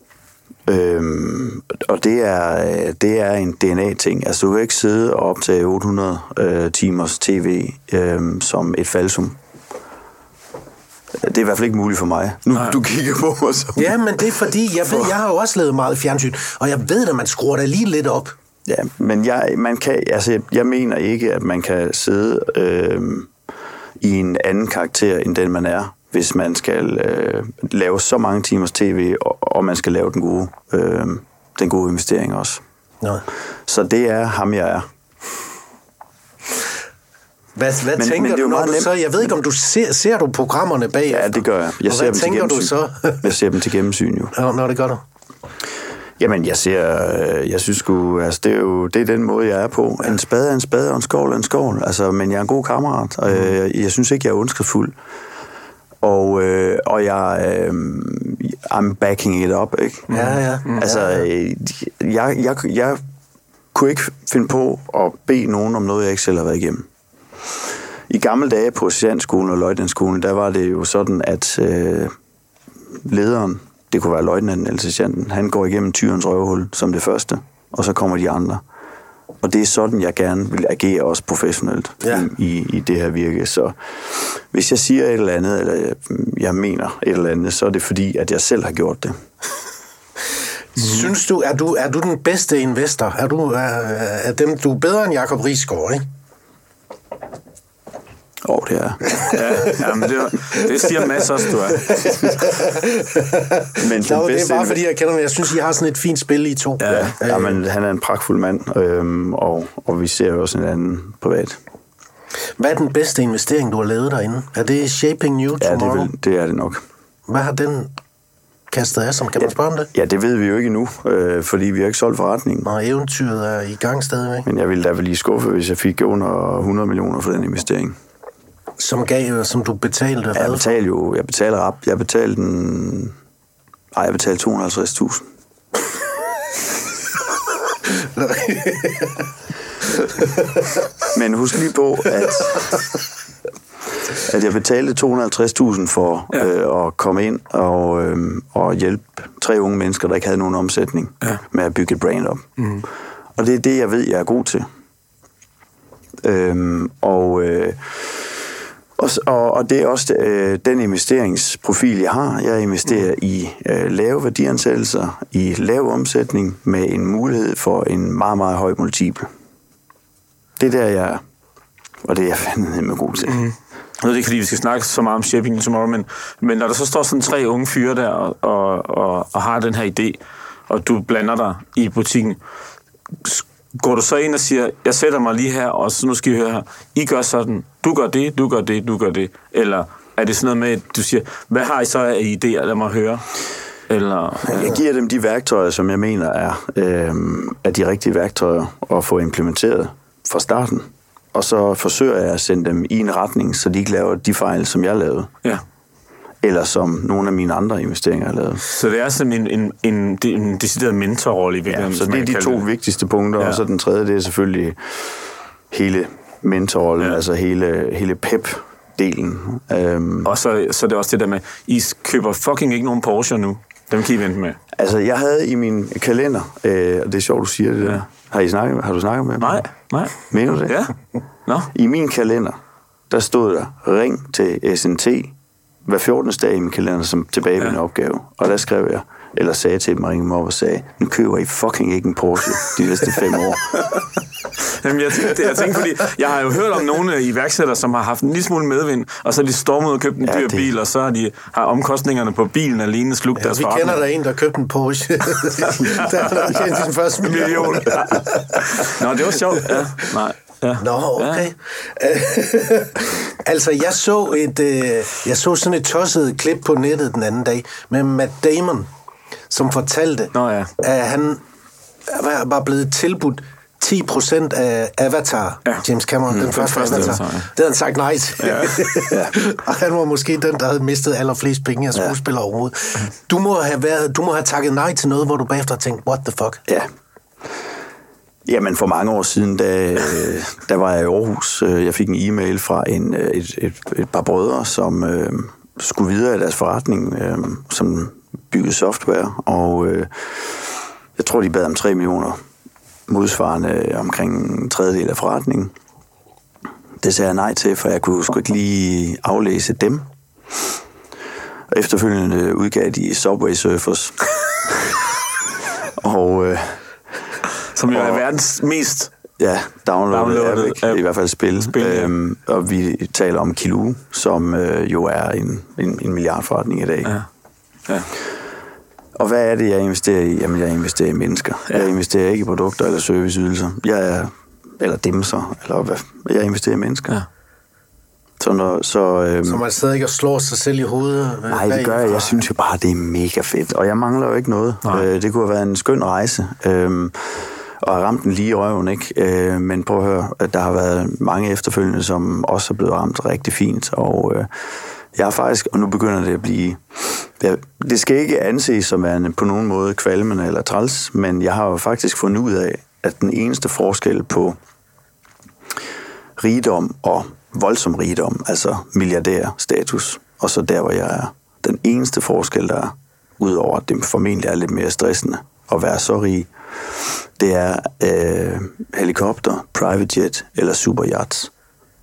Og det er en DNA-ting. Altså, du kan ikke sidde og optage 800 timers tv som et falsum. Det er i hvert fald ikke muligt for mig. Nu du kigger på mig så. Ja, men det er fordi, jeg har jo også lavet meget fjernsyn, og jeg ved, at man skruer da lige lidt op. Ja, men jeg mener ikke, at man kan sidde i en anden karakter, end den man er, hvis man skal lave så mange timers tv, og man skal lave den gode investering også. Nej. Så det er ham, jeg er. Hvad tænker du, når du så... Jeg ved ikke, om du ser du programmerne bagefter? Ja, det gør jeg. Jeg ser dem til gennemsyn. Du så? Jeg ser dem til gennemsyn, jo. Ja, det gør du. Jamen, jeg synes sgu, altså det er den måde, jeg er på. Ja. En spade er en spade, og en skovl er en skovl. Altså, men jeg er en god kammerat, og jeg synes ikke, jeg er ondskabsfuld. Og jeg I'm backing it up, ikke? Ja. Altså, jeg kunne ikke finde på at bede nogen om noget, jeg ikke selv har været igennem. I gamle dage på sergentskolen og løjtnantskolen, der var det jo sådan, at lederen, det kunne være løjtnanten eller sergeanten, han går igennem tyrens røvhul som det første, og så kommer de andre. Og det er sådan, jeg gerne vil agere også professionelt i det her virke. Så hvis jeg siger et eller andet, eller jeg mener et eller andet, så er det fordi, at jeg selv har gjort det. Synes du, er du den bedste investor? Du er bedre end Jacob Risgaard, ikke? Det er. Men det siger masser også, du er. Men det er bare fordi, jeg kender mig. Jeg synes, I har sådan et fint spil i to. Ja, men han er en pragtfuld mand, og vi ser jo også en anden privat. Hvad er den bedste investering, du har lavet derinde? Er det Shaping You Tomorrow? Ja, det er det nok. Hvad har den kastet af som? Kan man spørge om det? Ja, det ved vi jo ikke endnu, fordi vi har ikke solgt forretningen. Og eventyret er i gang stadigvæk. Men jeg ville da vel lige skuffe, hvis jeg fik under 100 millioner for den investering. Som du betalte? Jeg betalte den... Nej, jeg betalte 250.000. Men husk lige på, at jeg betalte 250.000 for at komme ind og hjælpe 3 unge mennesker, der ikke havde nogen omsætning, med at bygge et brand op. Mm. Og det er det, jeg ved, jeg er god til. Og det er også den investeringsprofil, jeg har. Jeg investerer i lave værdiansættelser, i lav omsætning, med en mulighed for en meget, meget høj multiple. Det er der, jeg er. Og det er jeg fandme med god til. Mm. Jeg ved ikke, fordi vi skal snakke så meget om Shaping Tomorrow, men når der så står sådan 3 unge fyre der og har den her idé, og du blander dig i butikken, går du så ind og siger, jeg sætter mig lige her, og så nu skal I høre her, I gør sådan, du gør det, du gør det, du gør det, eller er det sådan noget med, at du siger, hvad har I så af idéer, lad mig høre? Eller, jeg giver dem de værktøjer, som jeg mener er de rigtige værktøjer at få implementeret fra starten, og så forsøger jeg at sende dem i en retning, så de ikke laver de fejl, som jeg lavede. Ja. Eller som nogle af mine andre investeringer har lavet. Så det er sådan en decideret mentorrolle i virkeligheden. Ja, så det er de 2 vigtigste punkter, og så den tredje, det er selvfølgelig hele mentorrollen, altså hele PEP-delen. Og så er det også det der med, I køber fucking ikke nogen Porsche nu. Dem kan I vente med. Altså, jeg havde i min kalender, og det er sjovt, du siger det der. Har du snakket med dem? Nej. Mener du det? Ja. No. I min kalender, der stod der, ring til SNT hver 14. dag i min kalender som tilbagevendende opgave. Og der skrev jeg, eller sagde til dem, ringe mig op og sagde, nu køber I fucking ikke en Porsche de næste 5 år. Jamen, jeg tænkte, fordi jeg har jo hørt om nogle iværksættere, som har haft en lille smule medvind, og så er de stormet og købt en dyr bil, og så har omkostningerne på bilen alene slugt deres forretning. Vi kender der en, der købte en Porsche. Der tjente sin første million. Nå, det var sjovt. Ja. Nej. Ja. Nå, okay. Ja. Altså, jeg så sådan et tosset klip på nettet den anden dag med Matt Damon, som fortalte, at han var blevet tilbudt 10% af Avatar, James Cameron, den første Avatar. Det havde han sagt nej til. Ja. Og han var måske den, der havde mistet allerflest penge af skuespillere overhovedet. Du må have takket nej til noget, hvor du bagefter har tænkt, what the fuck? Ja. Jamen, for mange år siden, der var jeg i Aarhus. Jeg fik en e-mail fra et par brødre, som skulle videre i deres forretning, som byggede software, og jeg tror, de bad om 3 millioner modsvarende omkring en tredjedel af forretningen. Det sagde jeg nej til, for jeg kunne sgu ikke lige aflæse dem. Og efterfølgende udgav de Subway Surfers. og som jo er verdens mest downloadet app, i hvert fald spil. Og vi taler om Kiloo, som jo er en milliardforretning i dag. Ja. Og hvad er det, jeg investerer i? Jamen, jeg investerer i mennesker. Ja. Jeg investerer ikke i produkter eller serviceydelser. Eller dimser, eller hvad. Jeg investerer i mennesker. Ja. Så man sidder ikke og slår sig selv i hovedet? Nej, det gør jeg. Jeg synes jo bare, det er mega fedt. Og jeg mangler jo ikke noget. Det kunne have været en skøn rejse. Og har ramt den lige i røven, ikke? Men prøv at høre, at der har været mange efterfølgende, som også er blevet ramt rigtig fint. Og jeg har faktisk, og nu begynder det at blive... Det skal ikke anses som værende på nogen måde kvalmende eller træls, men jeg har jo faktisk fundet ud af, at den eneste forskel på rigdom og voldsom rigdom, altså milliardærstatus, og så der, hvor jeg er, den eneste forskel, der er, udover at det formentlig er lidt mere stressende at være så rig, det er helikopter, private jet eller superyachts.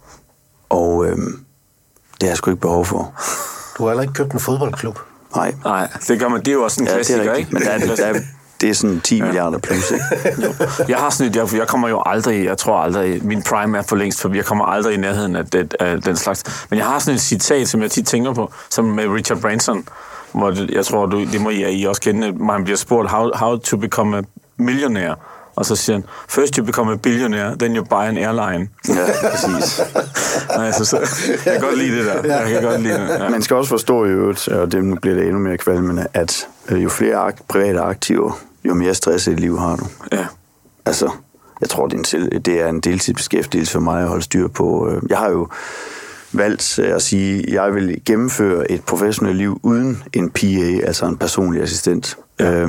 Og det har jeg sgu ikke behov for. Du har heller ikke købt en fodboldklub? Nej, det gør man. Det er jo også en klassiker, ikke? Men det er sådan 10 milliarder plus, ikke? Jeg har sådan et, jeg kommer jo aldrig, jeg tror aldrig, min prime er for længst forbi, jeg kommer aldrig i nærheden af den slags. Men jeg har sådan et citat, som jeg tit tænker på, som med Richard Branson, hvor jeg tror, det må I også kende, man bliver spurgt, how to become a millionaire. Og så siger han, first you become a billionaire, then you buy an airline. Ja, præcis. Altså, jeg kan godt lide det der. Jeg kan godt lide det. Ja. Man skal også forstå i øvrigt, og det bliver det endnu mere kvalmende, at jo flere private aktiver, jo mere stress i et liv har du. Ja. Altså, jeg tror, det er en deltidsbeskæftigelse for mig at holde styr på. Jeg har jo valgt at sige, at jeg vil gennemføre et professionelt liv uden en PA, altså en personlig assistent. Ja.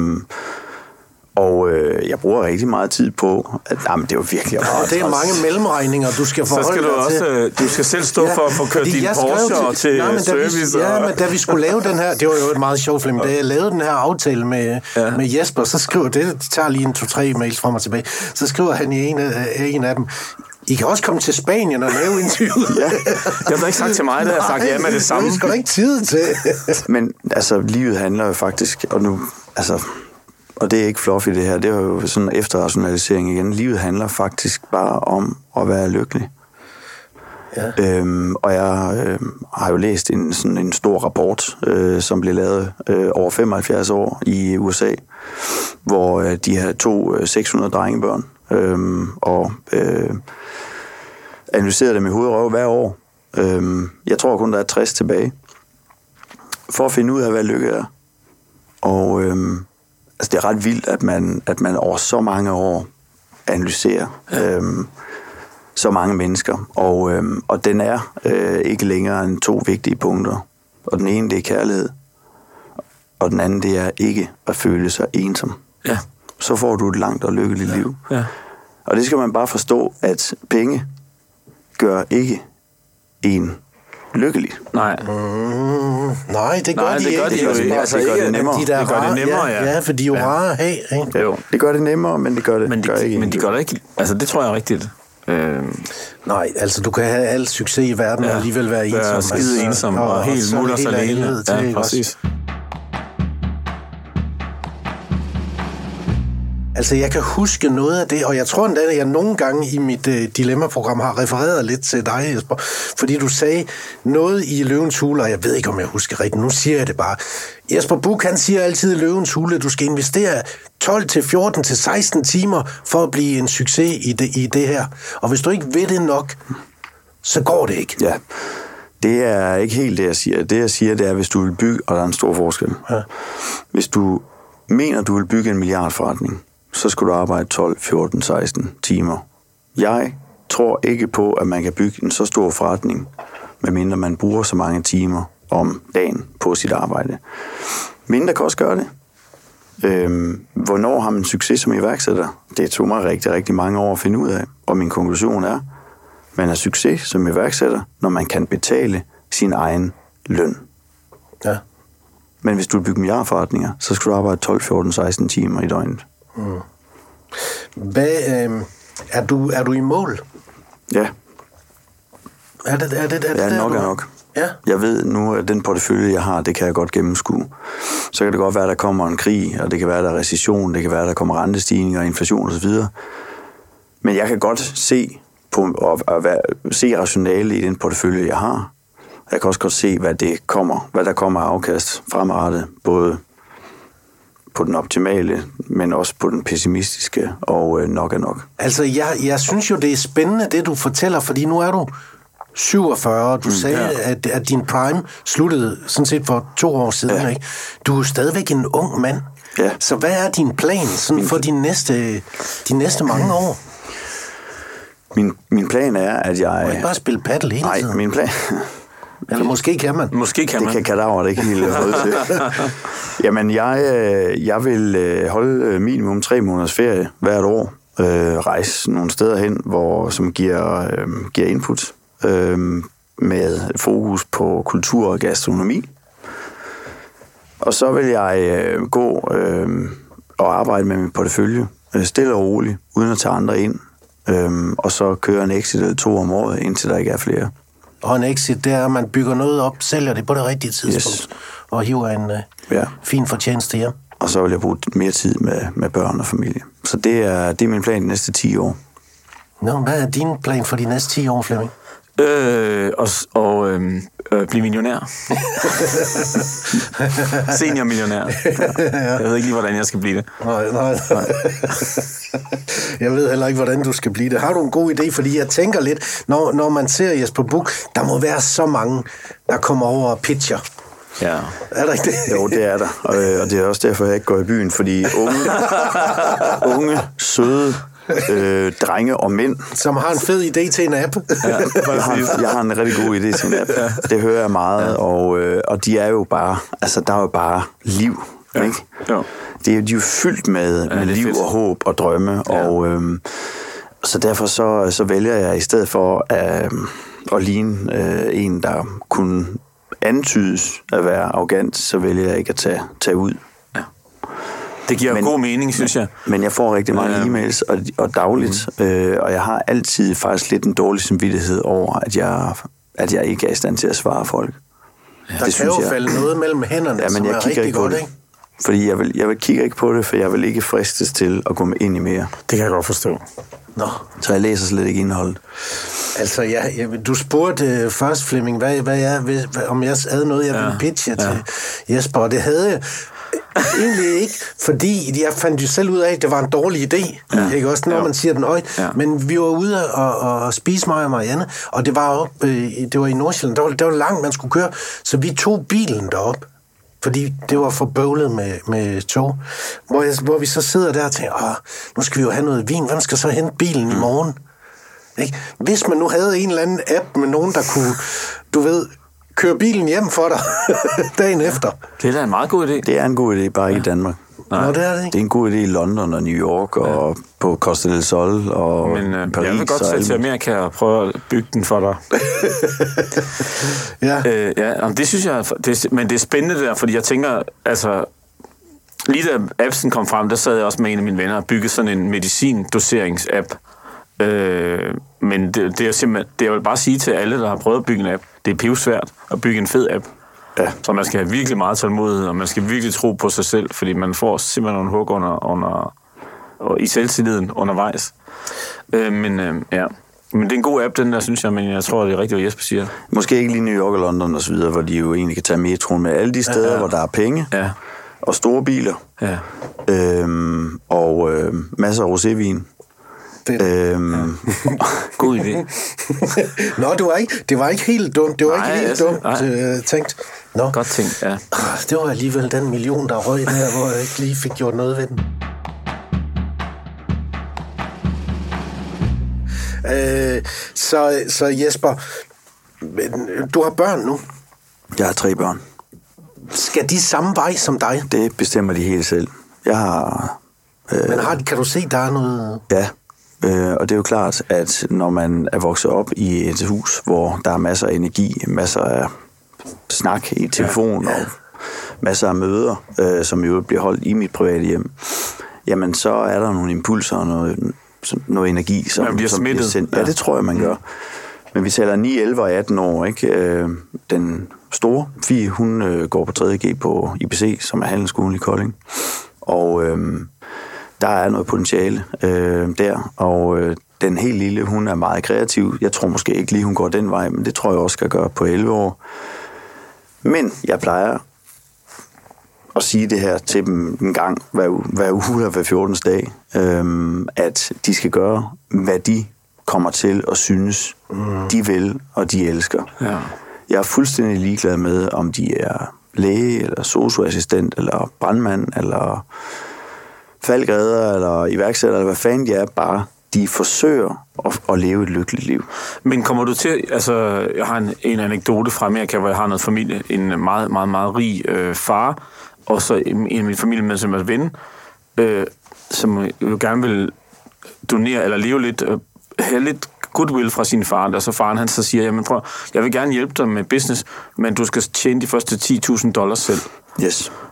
Og jeg bruger rigtig meget tid på, at det er jo virkelig meget. Det er mange mellemregninger, du skal forholde dig til. Så skal du skal selv stå for at få kørt din Porsche til service. Men da vi skulle lave den her, det var jo et meget sjovt film, da jeg lavede den her aftale med Jesper, så skriver det tager lige 2-3 mails frem og tilbage, så skriver han i en af dem, I kan også komme til Spanien og lave interviewet. Ja. Jeg har ikke sagt til mig, det har sagt ja med det samme. Det skal du ikke tid til. Men altså, livet handler jo faktisk, og nu, altså... Og det er ikke fluffy det her, det er jo sådan efterrationalisering igen. Livet handler faktisk bare om at være lykkelig. Ja. Og jeg har jo læst en stor rapport, som blev lavet over 75 år i USA, hvor de har 600 drengebørn og analyserede dem i hoved og røv hver år. Jeg tror kun, der er 60 tilbage. For at finde ud af, hvad lykke er. Og... Altså, det er ret vildt, at man over så mange år analyserer så mange mennesker. Og den er ikke længere end 2 vigtige punkter. Og den ene, det er kærlighed. Og den anden, det er ikke at føle sig ensom. Ja. Så får du et langt og lykkeligt liv. Ja. Og det skal man bare forstå, at penge gør ikke en lykkelig. Nej, det gør de ikke. Det gør det nemmere. Det gør det nemmere, ja. For de er jo rare at have, ikke? Jo, det gør det nemmere, men det gør det ikke. Men de gør det ikke. Altså, det tror jeg er rigtigt. Nej, altså du kan have al succes i verden og alligevel være ensom. Ja, skide ensom og helt mutters alene. Ja, præcis. Altså, jeg kan huske noget af det, og jeg tror endda, at jeg nogle gange i mit dilemma-program har refereret lidt til dig, Jesper, fordi du sagde noget i Løvens Hule, og jeg ved ikke, om jeg husker rigtigt. Nu siger jeg det bare. Jesper Buch, han siger altid i Løvens Hule, at du skal investere 12 til 14 til 16 timer for at blive en succes i det her. Og hvis du ikke ved det nok, så går det ikke. Ja, det er ikke helt det, jeg siger. Det, jeg siger, det er, hvis du vil bygge, og der er en stor forskel. Ja. Hvis du mener, du vil bygge en milliardforretning, så skal du arbejde 12, 14, 16 timer. Jeg tror ikke på, at man kan bygge en så stor forretning, medmindre man bruger så mange timer om dagen på sit arbejde. Mindre kan også gøre det. Hvornår har man succes som iværksætter? Det tog mig rigtig, rigtig mange år at finde ud af. Og min konklusion er, man har succes som iværksætter, når man kan betale sin egen løn. Ja. Men hvis du vil bygge milliardforretninger, så skal du arbejde 12, 14, 16 timer i døgnet. Hvad, er du i mål? Ja. Er det nok. Ja. Jeg ved nu, at den portefølje, jeg har, det kan jeg godt gennemskue. Så kan det godt være, at der kommer en krig, og det kan være, at der er recession, det kan være, at der kommer rentestigninger, inflation osv. Men jeg kan godt se se rationale i den portefølje, jeg har. Jeg kan også godt se, hvad der kommer af afkast fremadrettet, både på den optimale, men også på den pessimistiske, og nok er nok. Altså, jeg synes jo, det er spændende, det du fortæller, fordi nu er du 47, du sagde, at din prime sluttede sådan set for 2 år siden, ikke? Du er stadigvæk en ung mand. Ja. Så hvad er din plan sådan for de næste mange år? Min plan er, at jeg... Må ikke bare spille paddle hele tiden? Nej, min plan... Eller måske kan man. Det kan kadaveret ikke helt holde til. Jamen, jeg vil holde minimum 3 måneders ferie hvert år. Rejse nogle steder hen, som giver input. Med fokus på kultur og gastronomi. Og så vil jeg gå arbejde med min portefølje, stille og roligt, uden at tage andre ind, og så køre en exit eller 2 om året, indtil der ikke er flere. Og en exit, det er, at man bygger noget op, sælger det på det rigtige tidspunkt, og hiver en fin fortjeneste hjem. Og så vil jeg bruge mere tid med børn og familie. Så det er min plan de næste 10 år. Nå, hvad er din plan for de næste 10 år, Flemming? Blive millionær. Seniormillionær. Jeg ved ikke lige, hvordan jeg skal blive det. Nej. Jeg ved heller ikke, hvordan du skal blive det. Har du en god idé? Fordi jeg tænker lidt, når man ser Jesper Buch, der må være så mange, der kommer over og pitcher. Ja. Er der ikke det? Jo, det er der. Og det er også derfor, jeg ikke går i byen, fordi unge søde drenge og mænd. Som har en fed idé til en app. Jeg har en rigtig god idé til en app. Ja. Det hører jeg meget, og de er jo bare, altså der er jo bare liv, ikke? Ja. De er jo fyldt med liv fedt. Og håb og drømme, og så derfor så vælger jeg i stedet for at ligne en, der kunne antydes at være arrogant, så vælger jeg ikke at tage ud. Det giver god mening, synes jeg. Men jeg får rigtig mange e-mails og dagligt, og jeg har altid faktisk lidt en dårlig samvittighed over, at jeg ikke er i stand til at svare folk. Ja. Der kan jo falde noget mellem hænderne, som er rigtig godt, ikke? Fordi jeg vil kigge ikke på det, for jeg vil ikke fristes til at gå ind i mere. Det kan jeg godt forstå. Nå. Så jeg læser slet ikke indholdet. Altså, du spurgte først, Flemming, om jeg havde noget, jeg ville pitche til Jesper, og det havde jeg egentlig ikke, fordi jeg fandt jo selv ud af, at det var en dårlig idé. Ja. Ikke også, når man siger den højt. Ja. Men vi var ude og spise mig og Marianne, og det var det var i Nordsjælland. Det var langt, man skulle køre, så vi tog bilen derop, fordi det var for bøvlet med tog. Hvor vi så sidder der og tænker, nu skal vi jo have noget vin, hvem skal så hente bilen i morgen? Ikke? Hvis man nu havde en eller anden app med nogen, der kunne, du ved, køre bilen hjem for dig dagen efter. Det er da en meget god idé. Det er en god idé, bare ikke i Danmark. Nå, det er det ikke. Det er en god idé i London og New York og på Costa del Sol og Paris. Jeg vil godt tage til Amerika og prøve at bygge den for dig. Det synes jeg, men det er spændende der, fordi jeg tænker, altså, lige da appsen kom frem, der sad jeg også med en af mine venner og byggede sådan en medicindoserings-app. Men det er simpelthen, det jeg vil bare sige til alle, der har prøvet at bygge en app, det er pivsvært at bygge en fed app. Ja. Så man skal have virkelig meget tålmodighed, og man skal virkelig tro på sig selv, fordi man får simpelthen nogle hug under i selvtilliden undervejs. Men det er en god app, den der, synes jeg, men jeg tror, det er rigtigt, hvad Jesper siger. Måske ikke lige New York og London og så videre, hvor de jo egentlig kan tage metroen med alle de steder, hvor der er penge og store biler og masser af rosévin. God idé. Nå, det var ikke helt dumt. Det var ikke helt dumt tænkt. Nå. Godt tænkt, ja. Det var alligevel den million, der røg der, hvor jeg ikke lige fik gjort noget ved den. Så Jesper, du har børn nu? Jeg har 3 børn. Skal de samme vej som dig? Det bestemmer de helt selv. Jeg har... Men kan du se, der er noget... Ja. Og det er jo klart, at når man er vokset op i et hus, hvor der er masser af energi, masser af snak i telefon og masser af møder, som jo bliver holdt i mit private hjem, jamen så er der nogle impulser og noget energi, som bliver sendt. Ja, det tror jeg, man gør. Men vi taler 9, 11 og 18 år, ikke? Den store Fie, hun går på 3.G på IPC, som er handelsskolen i Kolding. Og der er noget potentiale der, og den helt lille, hun er meget kreativ. Jeg tror måske ikke lige, hun går den vej, men det tror jeg også skal gøre på 11 år. Men jeg plejer at sige det her til dem en gang hver uge eller hver 14. dag, at de skal gøre, hvad de kommer til at synes, de vil og de elsker. Ja. Jeg er fuldstændig ligeglad med, om de er læge, eller sosu-assistent, eller brandmand, eller faldgræder, eller iværksætter, eller hvad fanden de er, bare de forsøger at leve et lykkeligt liv. Men kommer du til, altså, jeg har en anekdote fra Amerika, hvor jeg har noget familie, en meget, meget, meget rig far, og så en af mine familiemedlemmer, som er ven, som jo gerne vil donere, eller leve lidt, have lidt goodwill fra sin far, og så faren han så siger, jamen prøv, jeg vil gerne hjælpe dig med business, men du skal tjene de første $10,000 selv. Yes.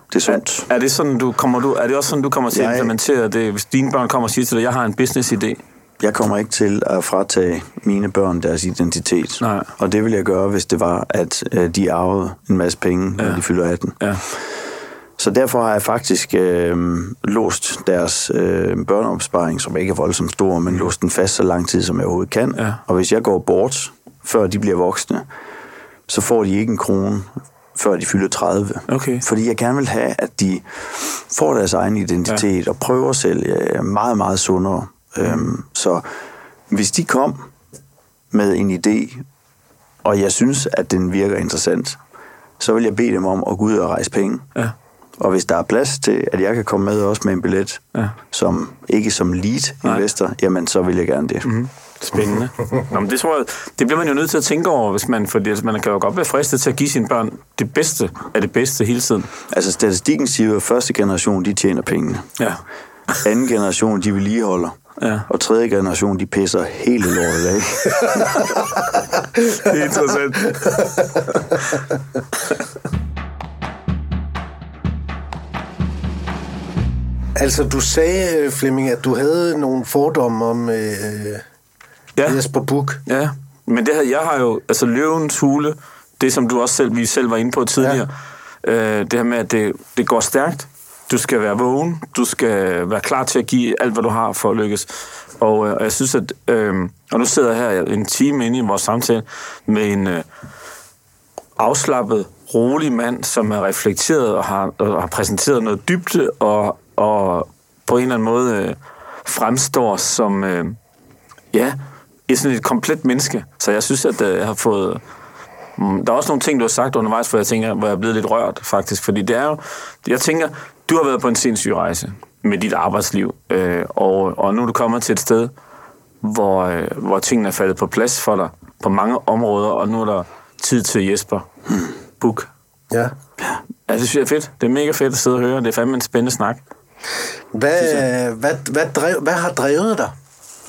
Det er sundt. Er det også sådan, du kommer til at implementere det, hvis dine børn kommer og siger til dig, jeg har en business-idé? Jeg kommer ikke til at fratage mine børn deres identitet. Nej. Og det vil jeg gøre, hvis det var, at de arvede en masse penge, når de fylder 18. Ja. Så derfor har jeg faktisk låst deres børneopsparing, som ikke er voldsomt stor, men låst den fast så lang tid, som jeg overhovedet kan. Ja. Og hvis jeg går bort, før de bliver voksne, så får de ikke en krone, før de fylder 30. Okay. Fordi jeg gerne vil have, at de får deres egen identitet og prøver selv meget, meget sundere. Så hvis de kom med en idé, og jeg synes, at den virker interessant, så vil jeg bede dem om at gå ud og rejse penge. Ja. Og hvis der er plads til, at jeg kan komme med også med en billet, som ikke som lead-investor, jamen så vil jeg gerne det. Mm-hmm. Spændende. Nå, men det tror jeg, det bliver man jo nødt til at tænke over, hvis fordi man kan jo godt være fristet til at give sine børn det bedste af det bedste hele tiden. Altså statistikken siger, at første generation, de tjener pengene. Ja. Anden generation, de vedligeholder. Ja. Og tredje generation, de pisser hele lortet af. Det er interessant. Altså, du sagde, Flemming, at du havde nogle fordomme om Jesper Buch. Ja, men jeg har jo, altså Løvens Hule, det som du også vi selv var inde på tidligere, det her med, at det går stærkt. Du skal være vågen, du skal være klar til at give alt, hvad du har for at lykkes. Og jeg synes, at... og nu sidder jeg her en time inde i vores samtale med en afslappet, rolig mand, som er reflekteret og har præsenteret noget dybde og på en eller anden måde fremstår som sådan et komplet menneske. Så jeg synes, at jeg har fået... Der er også nogle ting, du har sagt undervejs, hvor jeg er blevet lidt rørt, faktisk. Fordi det er jo... Jeg tænker, du har været på en sindssyg rejse med dit arbejdsliv, og nu er du kommet til et sted, hvor tingene er faldet på plads for dig på mange områder, og nu er der tid til Jesper Buch. Ja. Ja, det synes jeg er fedt. Det er mega fedt at sidde og høre. Det er fandme en spændende snak. Hvad har drevet dig?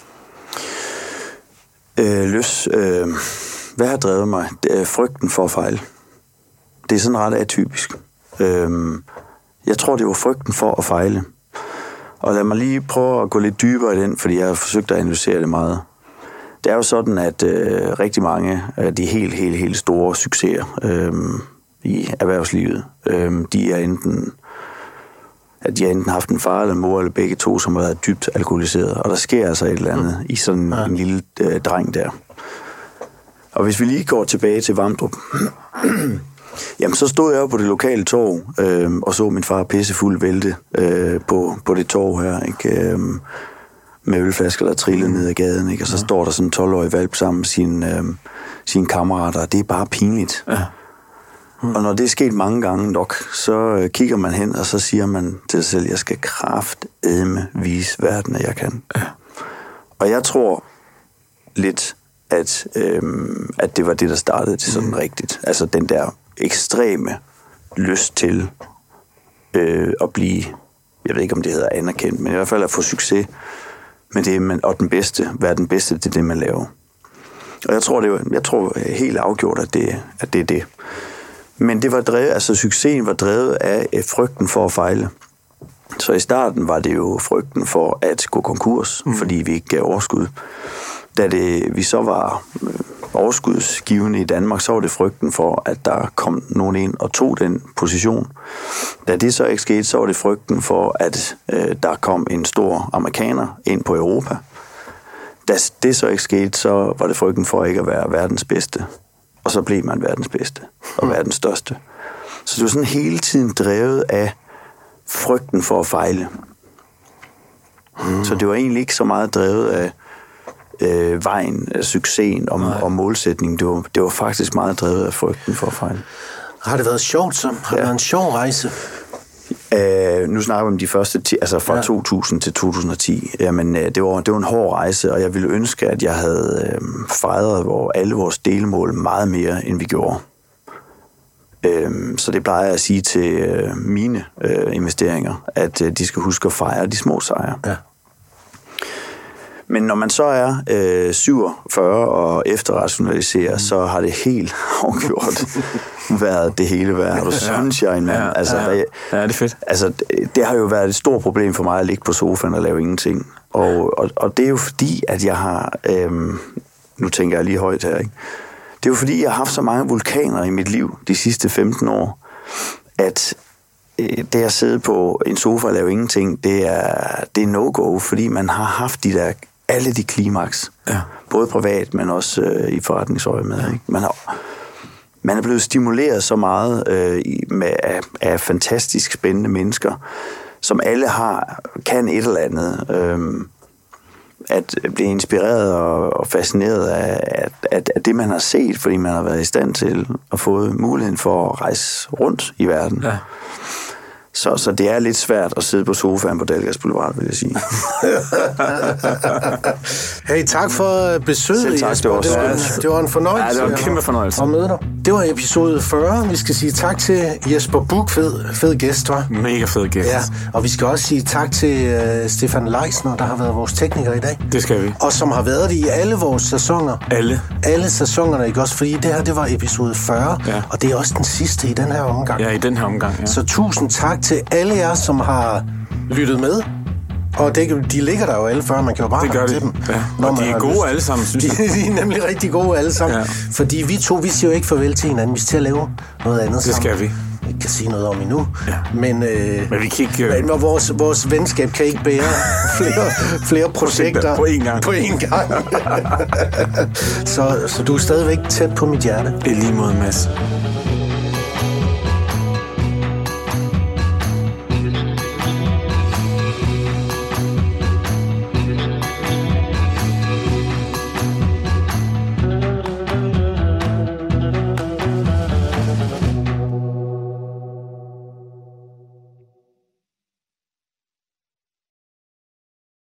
Hvad har drevet mig? Det er frygten for at fejle. Det er sådan ret atypisk. Jeg tror, det var frygten for at fejle. Og lad mig lige prøve at gå lidt dybere i den, fordi jeg har forsøgt at analysere det meget. Det er jo sådan, at rigtig mange af de helt store succeser i erhvervslivet, de har enten haft en far eller en mor, eller begge to, som har været dybt alkoholiseret. Og der sker altså et eller andet i sådan en lille dreng der. Og hvis vi lige går tilbage til Vamdrup, jamen så stod jeg jo på det lokale torv og så min far pissefuld vælte på det torv her, ikke? Med ølflasker, der trillede ned ad gaden, ikke? Og så står der sådan en 12-årig valp sammen med sine kammerater, og det er bare pinligt. Ja. Og når det er sket mange gange nok, så kigger man hen, og så siger man til sig selv, jeg skal kraftedme vise verden, at jeg kan. Ja. Og jeg tror lidt, at det var det, der startede til sådan rigtigt. Altså den der ekstreme lyst til at blive, jeg ved ikke, om det hedder anerkendt, men i hvert fald at få succes med det, og være den bedste, det er det, man laver. Og jeg tror helt afgjort, at det er det. Men det var drevet, altså succesen var drevet af frygten for at fejle. Så i starten var det jo frygten for at gå konkurs, fordi vi ikke gav overskud. Da vi så var overskudsgivende i Danmark, så var det frygten for, at der kom nogen ind og tog den position. Da det så ikke skete, så var det frygten for, at der kom en stor amerikaner ind på Europa. Da det så ikke skete, så var det frygten for ikke at være verdens bedste. Og så blev man verdens bedste og verdens største. Så det var sådan hele tiden drevet af frygten for at fejle. Så det var egentlig ikke så meget drevet af vejen, af succesen og målsætningen. Det var faktisk meget drevet af frygten for at fejle. Har det været sjovt så? Har det været en sjov rejse? Nu snakker vi om de første, altså fra 2000 til 2010. Jamen, det var en hård rejse, og jeg ville ønske, at jeg havde fejret alle vores delmål meget mere, end vi gjorde. Så det plejer jeg at sige til mine investeringer, at de skal huske at fejre de små sejre. Ja. Men når man så er 47 og efterrationaliserer, så har det helt afgjort været det hele værd. Du sunshine, mand. Altså, det er fedt. Altså, det har jo været et stort problem for mig at ligge på sofaen og lave ingenting. Og det er jo fordi, at jeg har... nu tænker jeg lige højt her, ikke? Det er jo fordi, jeg har haft så mange vulkaner i mit liv de sidste 15 år, at det at sidde på en sofa og lave ingenting, det er no-go, fordi man har haft alle de klimaks. Ja. Både privat, men også i forretningsøje med. Ikke? Man er blevet stimuleret så meget af fantastisk spændende mennesker, som alle kan et eller andet. At blive inspireret og fascineret af det, man har set, fordi man har været i stand til at få muligheden for at rejse rundt i verden. Ja. Så det er lidt svært at sidde på sofaen på Dalgas Boulevard, vil jeg sige. Hey, tak for besøget. Selv tak, det var en fornøjelse. Ja, det var en kæmpe fornøjelse. At møde dig. Det var episode 40. Vi skal sige tak til Jesper Buch. Fed gæst, var. Mega fed gæst. Ja, og vi skal også sige tak til Stefan Leisner, der har været vores tekniker i dag. Det skal vi. Og som har været det i alle vores sæsoner. Alle sæsonerne, ikke også? Fordi det her, det var episode 40, og det er også den sidste i den her omgang. Ja, i den her omgang, ja. Så tusind tak til alle jer, som har lyttet med. Og de ligger der jo alle før, man kan jo bare gøre til dem. Ja. Og de er gode alle sammen, synes jeg. De er nemlig rigtig gode alle sammen. Ja. Fordi vi siger jo ikke farvel til hinanden, vi skal til at lave noget andet sammen. Det skal vi. Vi kan sige noget om endnu. Ja. Men vi kan ikke... Men vores venskab kan ikke bære flere projekter på én gang. så du er stadigvæk tæt på mit hjerte. I lige måde, Mads.